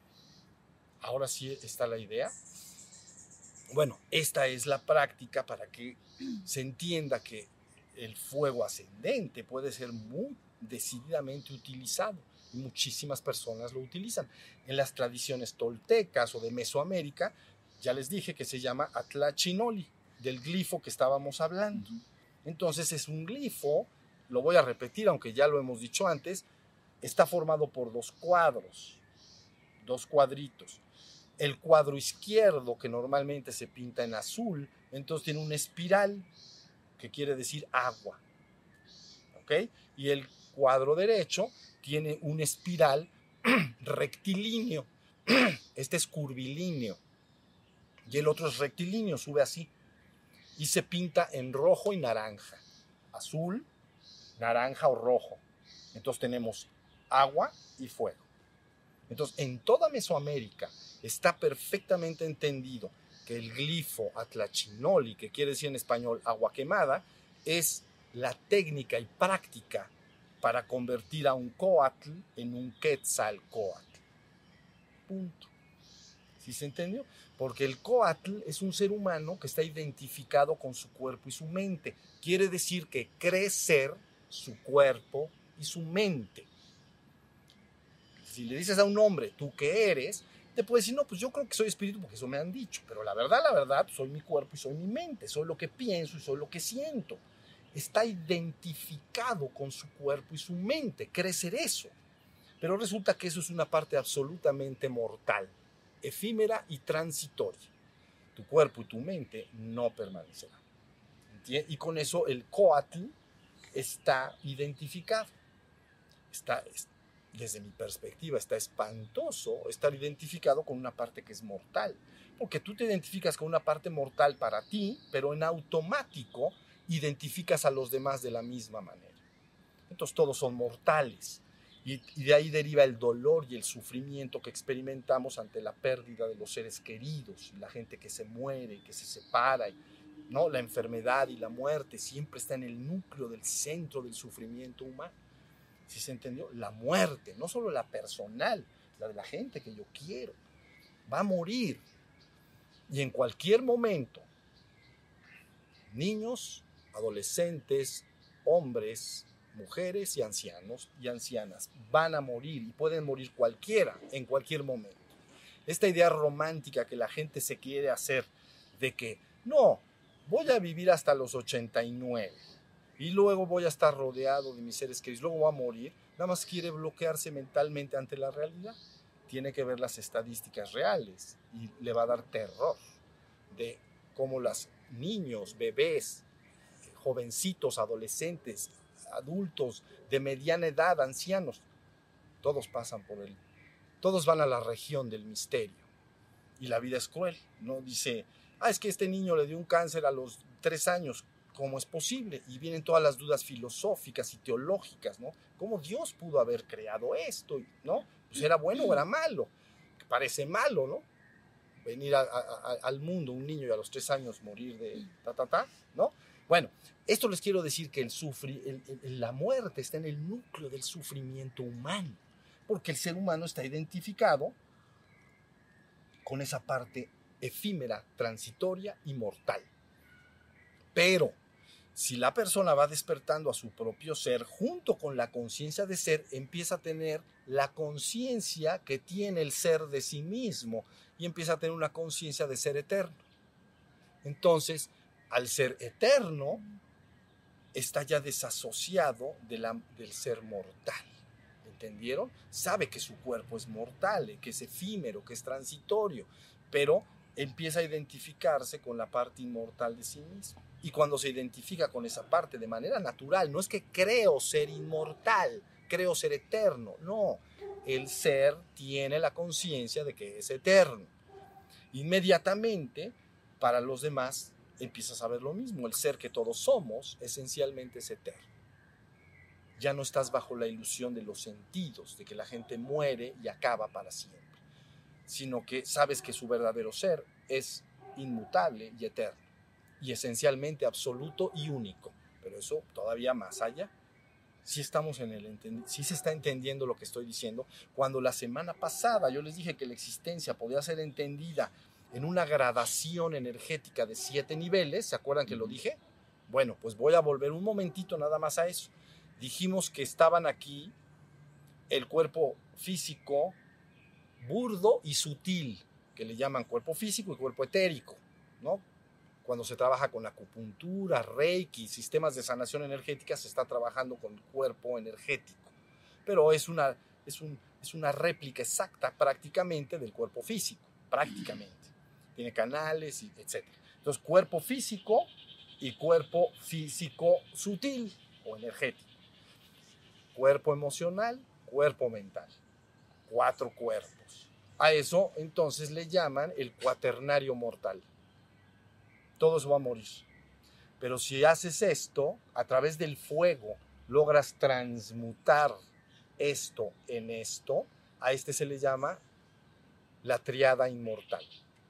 Speaker 2: Ahora sí está la idea. Bueno, esta es la práctica para que se entienda que el fuego ascendente puede ser muy decididamente utilizado y muchísimas personas lo utilizan. En las tradiciones toltecas o de Mesoamérica, ya les dije que se llama Atlachinoli, del glifo que estábamos hablando. Entonces es un glifo, lo voy a repetir aunque ya lo hemos dicho antes, está formado por dos cuadros, dos cuadritos. El cuadro izquierdo, que normalmente se pinta en azul, entonces tiene una espiral, que quiere decir agua. ¿Ok? Y el cuadro derecho tiene un espiral rectilíneo. Este es curvilíneo. Y el otro es rectilíneo, sube así. Y se pinta en rojo y naranja. Azul, naranja o rojo. Entonces tenemos agua y fuego. Entonces, en toda Mesoamérica está perfectamente entendido que el glifo Atlachinoli, que quiere decir en español agua quemada, es la técnica y práctica para convertir a un coatl en un quetzalcóatl. punto. ¿Sí se entendió? Porque el Coatl es un ser humano que está identificado con su cuerpo y su mente. Quiere decir que cree ser su cuerpo y su mente. Si le dices a un hombre, ¿tú qué eres?, te puede decir, no, pues yo creo que soy espíritu porque eso me han dicho, pero la verdad, soy mi cuerpo y soy mi mente, soy lo que pienso y soy lo que siento. Está identificado con su cuerpo y su mente, cree ser eso. Pero resulta que eso es una parte absolutamente mortal, efímera y transitoria. Tu cuerpo y tu mente no permanecerán. ¿Entiendes? Y con eso el Coatl está identificado. Desde mi perspectiva, está espantoso estar identificado con una parte que es mortal. Porque tú te identificas con una parte mortal para ti, pero en automático identificas a los demás de la misma manera. Entonces todos son mortales. Y de ahí deriva el dolor y el sufrimiento que experimentamos ante la pérdida de los seres queridos, y la gente que se muere, que se separa, ¿no? La enfermedad y la muerte siempre está en el núcleo del centro del sufrimiento humano. ¿Sí se entendió? La muerte, no solo la personal, la de la gente que yo quiero, va a morir. Y en cualquier momento, niños, adolescentes, hombres, mujeres y ancianos y ancianas van a morir, y pueden morir cualquiera en cualquier momento. Esta idea romántica que la gente se quiere hacer de que no, voy a vivir hasta los 89 y luego voy a estar rodeado de mis seres queridos, luego voy a morir, nada más quiere bloquearse mentalmente ante la realidad. Tiene que ver las estadísticas reales y le va a dar terror de cómo los niños, bebés, jovencitos, adolescentes, adultos de mediana edad, ancianos, todos pasan por él, todos van a la región del misterio. Y la vida es cruel, ¿no? Dice, es que este niño le dio un cáncer a los 3 años, ¿cómo es posible? Y vienen todas las dudas filosóficas y teológicas, ¿no? ¿Cómo Dios pudo haber creado esto? ¿No? Pues era bueno o era malo, que parece malo, ¿no? Venir al mundo un niño y a los 3 años morir de ¿no? Bueno, esto les quiero decir que la muerte está en el núcleo del sufrimiento humano, porque el ser humano está identificado con esa parte efímera, transitoria y mortal. Pero si la persona va despertando a su propio ser, junto con la conciencia de ser, empieza a tener la conciencia que tiene el ser de sí mismo y empieza a tener una conciencia de ser eterno. Entonces, al ser eterno, está ya desasociado del ser mortal. ¿Entendieron? Sabe que su cuerpo es mortal, que es efímero, que es transitorio, pero empieza a identificarse con la parte inmortal de sí mismo. Y cuando se identifica con esa parte de manera natural, no es que creo ser inmortal, creo ser eterno, no. El ser tiene la conciencia de que es eterno. Inmediatamente, para los demás, empiezas a ver lo mismo. El ser que todos somos, esencialmente es eterno. Ya no estás bajo la ilusión de los sentidos, de que la gente muere y acaba para siempre, sino que sabes que su verdadero ser es inmutable y eterno, y esencialmente absoluto y único. Pero eso todavía más allá. Sí se está entendiendo lo que estoy diciendo. Cuando la semana pasada yo les dije que la existencia podía ser entendida en una gradación energética de 7 niveles, ¿se acuerdan que lo dije? Bueno, pues voy a volver un momentito nada más a eso. Dijimos que estaban aquí el cuerpo físico burdo y sutil, que le llaman cuerpo físico y cuerpo etérico, ¿no? Cuando se trabaja con acupuntura, reiki, sistemas de sanación energética, se está trabajando con el cuerpo energético. Pero es una réplica exacta prácticamente del cuerpo físico, prácticamente. Tiene canales, etc. Entonces, cuerpo físico y cuerpo físico sutil o energético. Cuerpo emocional, cuerpo mental. 4 cuerpos. A eso entonces le llaman el cuaternario mortal. Todo eso va a morir. Pero si haces esto, a través del fuego, logras transmutar esto en esto, a este se le llama la triada inmortal.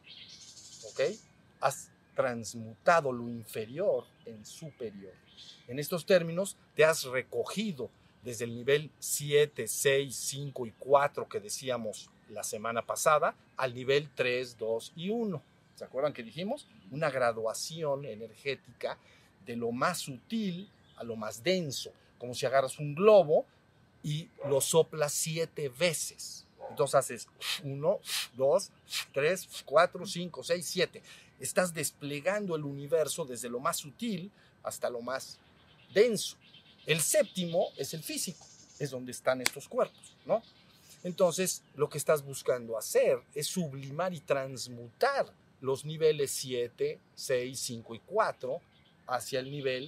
Speaker 2: ¿Ok? Has transmutado lo inferior en superior. En estos términos, te has recogido desde el nivel 7, 6, 5 y 4 que decíamos la semana pasada al nivel 3, 2 y 1. ¿Se acuerdan que dijimos? Una graduación energética de lo más sutil a lo más denso, como si agarras un globo y lo soplas 7 veces. Entonces haces 1, 2, 3, 4, 5, 6, 7. Estás desplegando el universo desde lo más sutil hasta lo más denso. El séptimo es el físico, es donde están estos cuerpos, ¿no? Entonces, lo que estás buscando hacer es sublimar y transmutar los niveles 7, 6, 5 y 4 hacia el nivel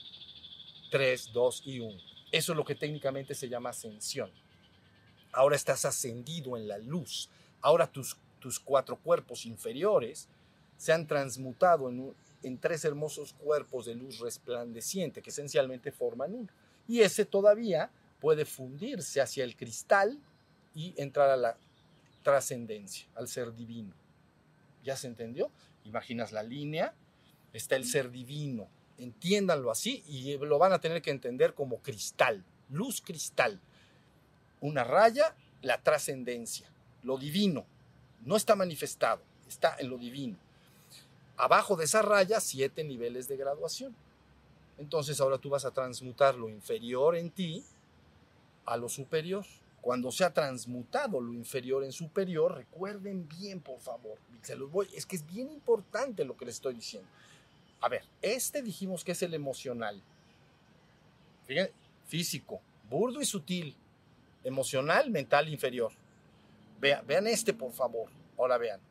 Speaker 2: 3, 2 y 1. Eso es lo que técnicamente se llama ascensión. Ahora estás ascendido en la luz. Ahora tus 4 cuerpos inferiores se han transmutado en 3 hermosos cuerpos de luz resplandeciente que esencialmente forman uno. Y ese todavía puede fundirse hacia el cristal y entrar a la trascendencia, al ser divino. ¿Ya se entendió? Imaginas la línea, está el ser divino. Entiéndanlo así y lo van a tener que entender como cristal, luz cristal. Una raya, la trascendencia, lo divino. No está manifestado, está en lo divino. Abajo de esa raya, 7 niveles de graduación. Entonces ahora tú vas a transmutar lo inferior en ti a lo superior. Cuando se ha transmutado lo inferior en superior, recuerden bien, por favor. Es que es bien importante lo que les estoy diciendo. A ver, dijimos que es el emocional. Fíjense, físico, burdo y sutil. Emocional, mental, inferior. Vean por favor. Ahora vean.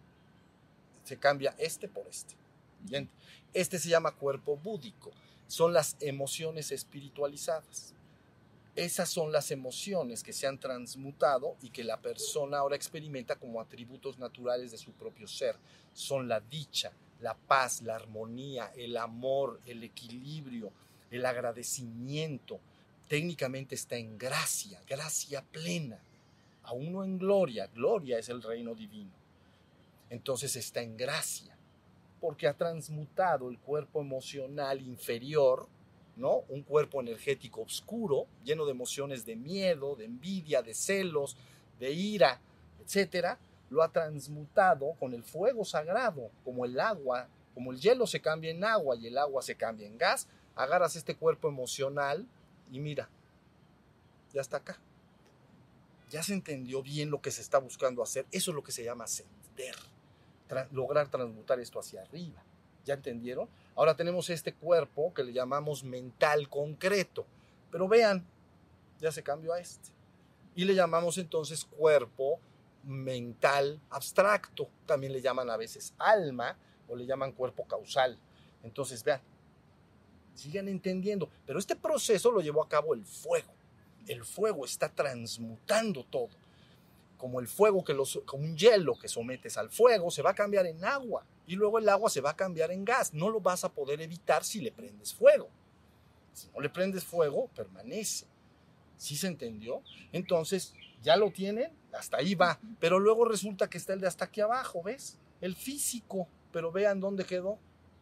Speaker 2: Se cambia por este. ¿Bien? Este se llama cuerpo búdico. Son las emociones espiritualizadas. Esas son las emociones que se han transmutado y que la persona ahora experimenta como atributos naturales de su propio ser. Son la dicha, la paz, la armonía, el amor, el equilibrio, el agradecimiento. Técnicamente está en gracia, gracia plena. Aún no en gloria, gloria es el reino divino. Entonces está en gracia, porque ha transmutado el cuerpo emocional inferior, ¿no? Un cuerpo energético oscuro, lleno de emociones de miedo, de envidia, de celos, de ira, etcétera. Lo ha transmutado con el fuego sagrado, como el agua, como el hielo se cambia en agua y el agua se cambia en gas. Agarras este cuerpo emocional y mira, ya está acá. Ya se entendió bien lo que se está buscando hacer. Eso es lo que se llama ascender, lograr transmutar esto hacia arriba. ¿Ya entendieron? Ahora tenemos este cuerpo que le llamamos mental concreto. Pero vean, ya se cambió a este. Y le llamamos entonces cuerpo mental abstracto. También le llaman a veces alma o le llaman cuerpo causal. Entonces vean, sigan entendiendo. Pero este proceso lo llevó a cabo el fuego. El fuego está transmutando todo. Como el fuego, como un hielo que sometes al fuego, se va a cambiar en agua. Y luego el agua se va a cambiar en gas. No lo vas a poder evitar si le prendes fuego. Si no le prendes fuego, permanece. ¿Sí se entendió? Entonces, ya lo tienen, hasta ahí va. Pero luego resulta que está el de hasta aquí abajo, ¿ves? El físico. Pero vean dónde quedó.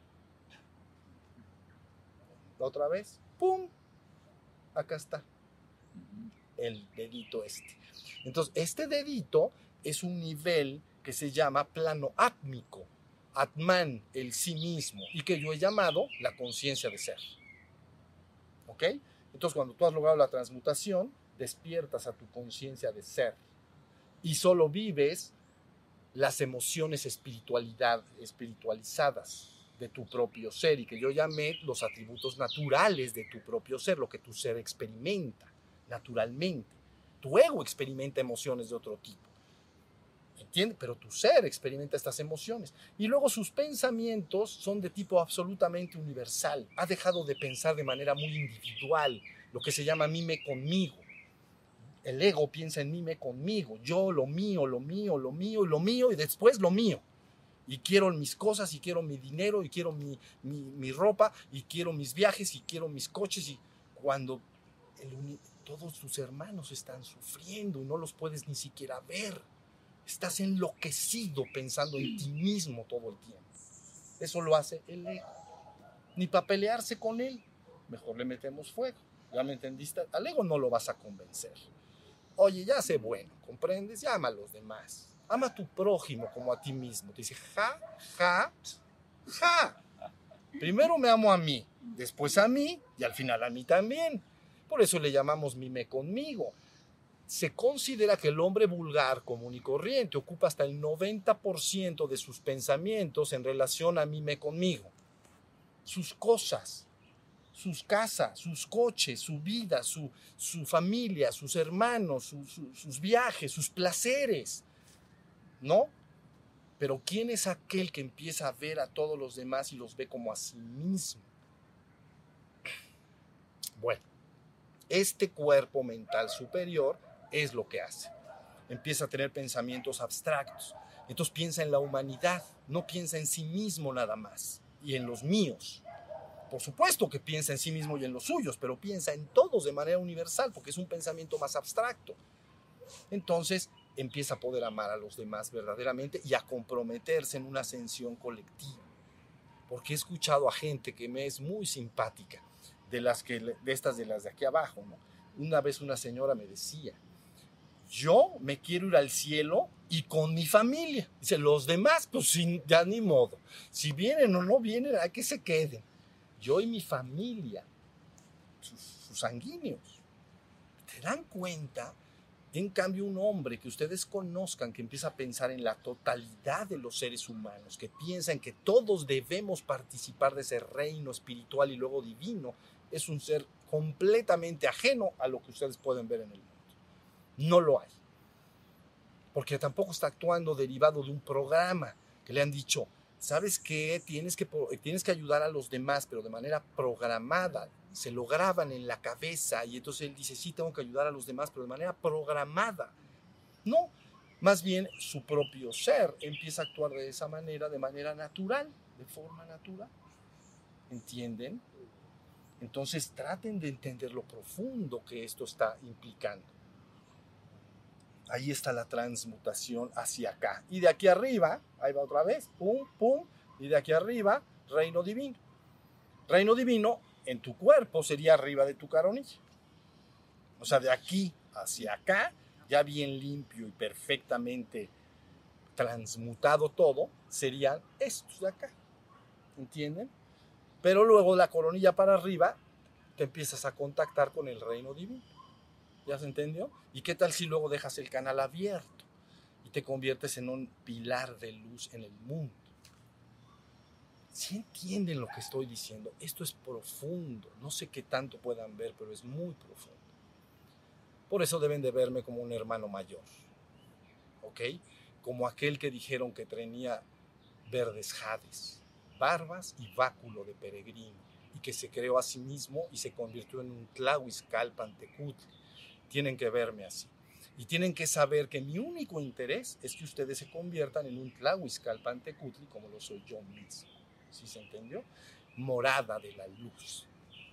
Speaker 2: Otra vez. ¡Pum! Acá está. El dedito este. Entonces, este dedito es un nivel que se llama plano átmico. Atman, el sí mismo, y que yo he llamado la conciencia de ser. ¿Ok? Entonces, cuando tú has logrado la transmutación, despiertas a tu conciencia de ser y solo vives las emociones espiritualizadas de tu propio ser y que yo llamé los atributos naturales de tu propio ser, lo que tu ser experimenta naturalmente. Tu ego experimenta emociones de otro tipo. ¿Entiendes? Pero tu ser experimenta estas emociones. Y luego sus pensamientos son de tipo absolutamente universal. Ha dejado de pensar de manera muy individual, lo que se llama mime conmigo. El ego piensa en mime conmigo. Yo, lo mío, lo mío, lo mío, lo mío y después lo mío. Y quiero mis cosas, y quiero mi dinero, y quiero mi ropa, y quiero mis viajes, y quiero mis coches. Y cuando todos tus hermanos están sufriendo y no los puedes ni siquiera ver. Estás enloquecido pensando en ti mismo todo el tiempo. Eso lo hace el ego. Ni para pelearse con él. Mejor le metemos fuego. ¿Ya me entendiste? Al ego no lo vas a convencer. Oye, ya sé bueno, ¿comprendes? Ya ama a los demás. Ama a tu prójimo como a ti mismo. Te dice, ja, ja, ja. Primero me amo a mí, después a mí y al final a mí también. Por eso le llamamos mime conmigo. Se considera que el hombre vulgar, común y corriente, ocupa hasta el 90% de sus pensamientos en relación a mime conmigo. Sus cosas, sus casas, sus coches, su vida, su familia, sus hermanos, sus viajes, sus placeres, ¿no? Pero ¿quién es aquel que empieza a ver a todos los demás y los ve como a sí mismo? Bueno, este cuerpo mental superior es lo que hace. Empieza a tener pensamientos abstractos. Entonces piensa en la humanidad, no piensa en sí mismo nada más y en los míos. Por supuesto que piensa en sí mismo y en los suyos, pero piensa en todos de manera universal porque es un pensamiento más abstracto. Entonces empieza a poder amar a los demás verdaderamente y a comprometerse en una ascensión colectiva. Porque he escuchado a gente que me es muy simpática, de las de aquí abajo, ¿no? Una vez una señora me decía, yo me quiero ir al cielo y con mi familia. Dice, los demás, pues ya ni modo. Si vienen o no vienen, hay que se queden. Yo y mi familia, sus sanguíneos. ¿Te dan cuenta? En cambio, un hombre que ustedes conozcan, que empieza a pensar en la totalidad de los seres humanos, que piensa en que todos debemos participar de ese reino espiritual y luego divino, es un ser completamente ajeno a lo que ustedes pueden ver en el mundo. No lo hay. Porque tampoco está actuando derivado de un programa que le han dicho, ¿sabes qué? Tienes que ayudar a los demás, pero de manera programada. Se lo graban en la cabeza y entonces él dice, sí, tengo que ayudar a los demás, pero de manera programada. No, más bien su propio ser empieza a actuar de esa manera, de manera natural, de forma natural. ¿Entienden? Entonces traten de entender lo profundo que esto está implicando. Ahí está la transmutación hacia acá. Y de aquí arriba, ahí va otra vez, pum, pum, y de aquí arriba, reino divino. Reino divino en tu cuerpo sería arriba de tu coronilla. O sea, de aquí hacia acá, ya bien limpio y perfectamente transmutado todo, serían estos de acá. ¿Entienden? Pero luego la coronilla para arriba, te empiezas a contactar con el reino divino. ¿Ya se entendió? ¿Y qué tal si luego dejas el canal abierto y te conviertes en un pilar de luz en el mundo? ¿Sí entienden lo que estoy diciendo? Esto es profundo. No sé qué tanto puedan ver, pero es muy profundo. Por eso deben de verme como un hermano mayor. ¿Ok? Como aquel que dijeron que tenía verdes jades, barbas y báculo de peregrino, y que se creó a sí mismo y se convirtió en un Tlahuizcalpantecutli. Tienen que verme así. Y tienen que saber que mi único interés es que ustedes se conviertan en un Tlahuizcalpantecutli como lo soy yo mismo. ¿Sí se entendió? Morada de la luz.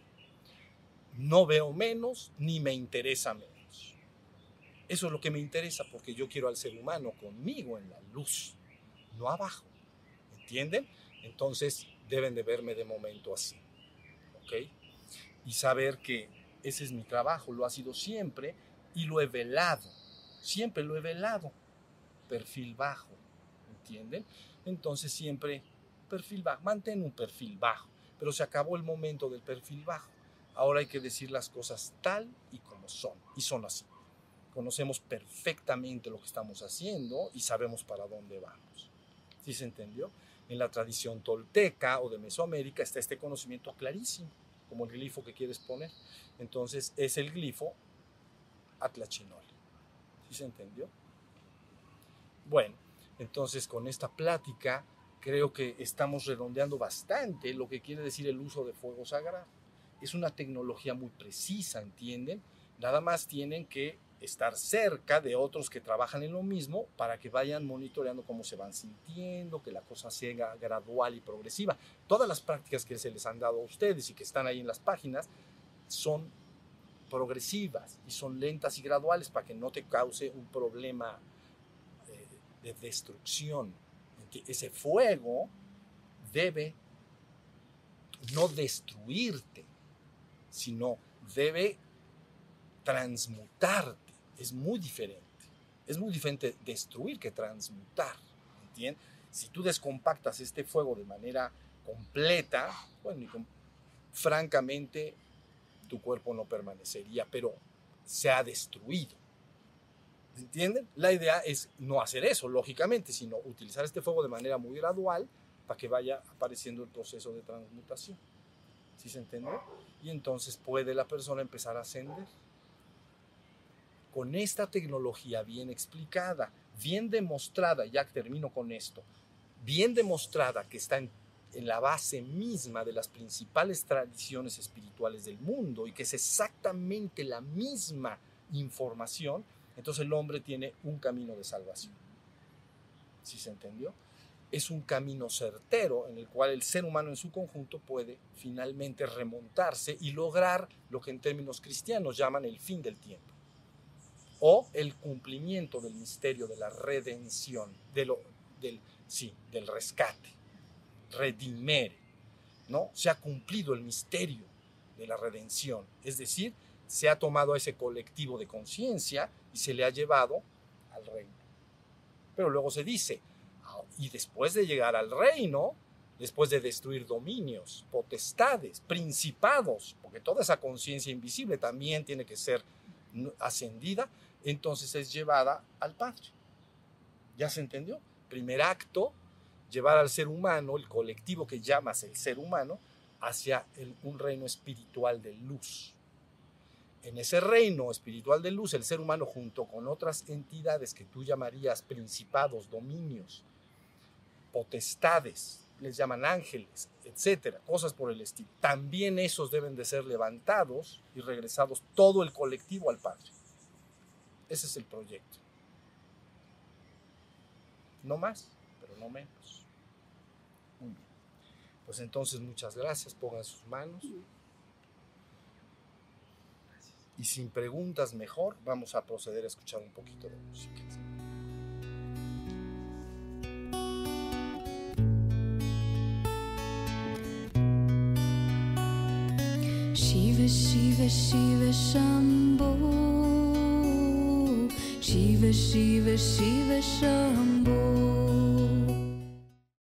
Speaker 2: No veo menos ni me interesa menos. Eso es lo que me interesa porque yo quiero al ser humano conmigo en la luz, no abajo. ¿Entienden? Entonces deben de verme de momento así. ¿Ok? Y saber que ese es mi trabajo, lo ha sido siempre y lo he velado. Siempre lo he velado. Perfil bajo. ¿Entienden? Entonces siempre perfil bajo. Mantén un perfil bajo. Pero se acabó el momento del perfil bajo. Ahora hay que decir las cosas tal y como son. Y son así. Conocemos perfectamente lo que estamos haciendo y sabemos para dónde vamos. ¿Sí se entendió? En la tradición tolteca o de Mesoamérica está este conocimiento clarísimo, como el glifo que quieres poner. Entonces es el glifo Atlachinol. ¿Sí se entendió? Bueno, entonces con esta plática creo que estamos redondeando bastante lo que quiere decir el uso de fuego sagrado. Es una tecnología muy precisa, ¿entienden? Nada más tienen que estar cerca de otros que trabajan en lo mismo para que vayan monitoreando cómo se van sintiendo, que la cosa sea gradual y progresiva. Todas las prácticas que se les han dado a ustedes y que están ahí en las páginas son progresivas y son lentas y graduales para que no te cause un problema de destrucción. Ese fuego debe no destruirte, sino debe transmutarte. Es muy diferente. Es muy diferente destruir que transmutar, ¿entiendes? Si tú descompactas este fuego de manera completa, bueno, francamente, tu cuerpo no permanecería, pero se ha destruido. ¿Entienden? La idea es no hacer eso, lógicamente, sino utilizar este fuego de manera muy gradual para que vaya apareciendo el proceso de transmutación. ¿Sí se entendió? Y entonces puede la persona empezar a ascender. Con esta tecnología bien explicada, bien demostrada, ya termino con esto, bien demostrada que está en la base misma de las principales tradiciones espirituales del mundo y que es exactamente la misma información, entonces el hombre tiene un camino de salvación. ¿Sí se entendió? Es un camino certero en el cual el ser humano en su conjunto puede finalmente remontarse y lograr lo que en términos cristianos llaman el fin del tiempo o el cumplimiento del misterio de la redención, del rescate, redimere, ¿no? Se ha cumplido el misterio de la redención, es decir, se ha tomado a ese colectivo de conciencia y se le ha llevado al reino. Pero luego se dice, y después de llegar al reino, después de destruir dominios, potestades, principados, porque toda esa conciencia invisible también tiene que ser ascendida, entonces es llevada al Padre. ¿Ya se entendió? Primer acto, llevar al ser humano, el colectivo que llamas el ser humano, hacia un reino espiritual de luz. En ese reino espiritual de luz, el ser humano junto con otras entidades que tú llamarías principados, dominios, potestades, les llaman ángeles, etcétera, cosas por el estilo. También esos deben de ser levantados y regresados todo el colectivo al Padre. Ese es el proyecto. No más, pero no menos. Muy bien. Pues entonces muchas gracias, pongan sus manos. Y sin preguntas mejor, vamos a proceder a escuchar un poquito de música.
Speaker 1: Shiva, Shiva, Shiva, Shambho. Shiva, Shiva, Shiva, Shambho.